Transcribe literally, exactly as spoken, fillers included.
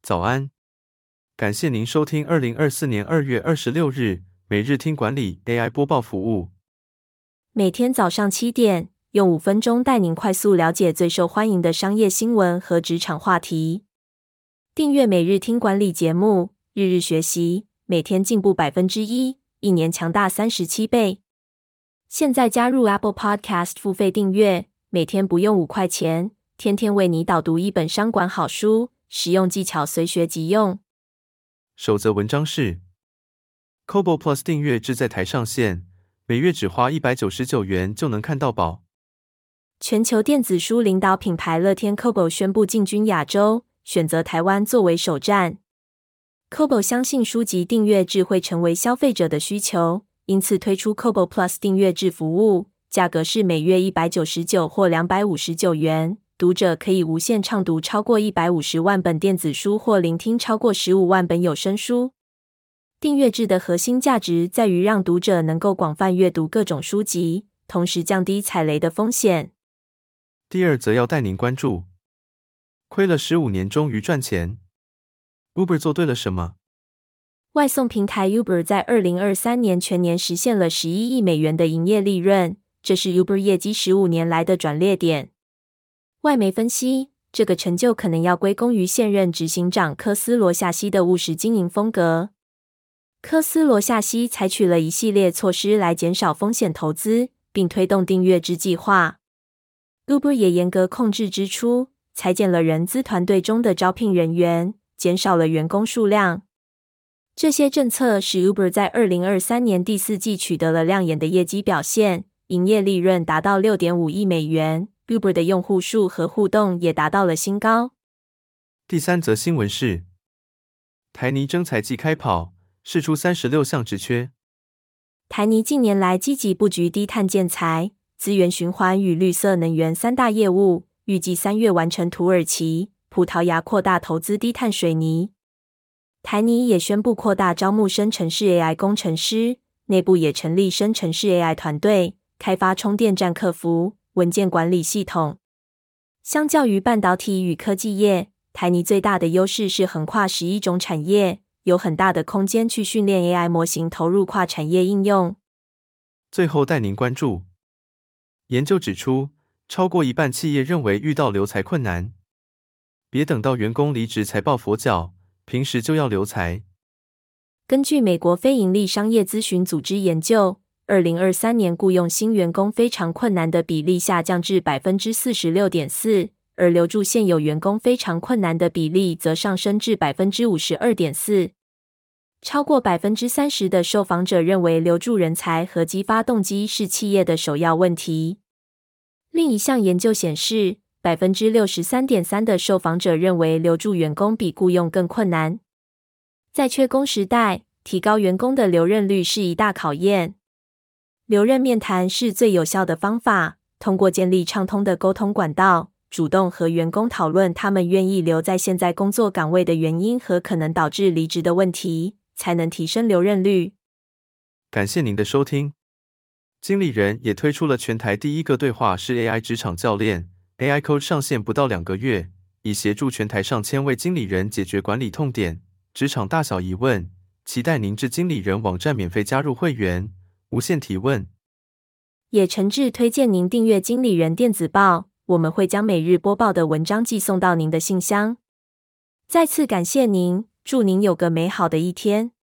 早安，感谢您收听二零二四年二月二十六日每日听管理 A I 播报服务。 每天早上七点，用五分钟带您快速了解最受欢迎的商业新闻和职场话题。订阅每日听管理节目，日日学习，每天进步百分之一，一年强大三十七倍。现在加入 Apple Podcast 付费订阅，每天不用五块钱，天天为你导读一本商管好书，实用技巧随学即用。 首则文章是 Kobo Plus 订阅制在台上线，每月只花一百九十九元就能看到宝。 全球电子书领导品牌乐天 Kobo 宣布进军亚洲，选择台湾作为首站。Kobo 相信书籍订阅制会成为消费者的需求，因此推出 Kobo Plus 订阅制服务，价格是每月一百九十九或两百五十九元。读者可以无限畅读超过一百五十万本电子书或聆听超过十五万本有声书。订阅制的核心价值在于让读者能够广泛阅读各种书籍，同时降低踩雷的风险。 第二则要带您关注，亏了十五年终于赚钱， Uber 做对了什么？ 外送平台 Uber 在二零二三年全年实现了十一亿美元的营业利润，这是 Uber 业绩十五年来的转捩点。外媒分析，这个成就可能要归功于现任执行长科斯罗夏西的务实经营风格。科斯罗夏西采取了一系列措施来减少风险投资，并推动订阅制计划。Uber 也严格控制支出，裁减了人资团队中的招聘人员，减少了员工数量。这些政策使 Uber 在二零二三年第四季取得了亮眼的业绩表现，营业利润达到 六点五亿美元。Uber 的用户数和互动也达到了新高。 第三则新闻是，台泥征才季开跑，释出三十六项职缺。 台泥近年来积极布局低碳建材、资源循环与绿色能源三大业务，预计三月完成土耳其、葡萄牙扩大投资低碳水泥。台泥也宣布扩大招募生成式 A I 工程师，内部也成立生成式 A I 团队，开发充电站客服、文件管理系统。相较于半导体与科技业，台泥最大的优势是横跨十一种产业，有很大的空间去训练 A I 模型投入跨产业应用。 最后带您关注，研究指出，超过一半企业认为遇到留才困难。别等到员工离职才抱佛脚，平时就要留才。 根据美国非营利商业咨询组织研究，二零二三年雇用新员工非常困难的比例下降至 百分之四十六点四， 而留住现有员工非常困难的比例则上升至 百分之五十二点四。 超过 百分之三十 的受访者认为留住人才和激发动机是企业的首要问题。另一项研究显示， 百分之六十三点三 的受访者认为留住员工比雇用更困难。在缺工时代，提高员工的留任率是一大考验。留任面谈是最有效的方法，通过建立畅通的沟通管道，主动和员工讨论他们愿意留在现在工作岗位的原因和可能导致离职的问题，才能提升留任率。 感谢您的收听。经理人也推出了全台第一个对话式 A I 职场教练 A I Coach 上线不到两个月，以协助全台上千位经理人解决管理痛点、职场大小疑问。期待您至经理人网站免费加入会员，无限提问。 也诚挚推荐您订阅经理人电子报，我们会将每日播报的文章寄送到您的信箱。再次感谢您，祝您有个美好的一天。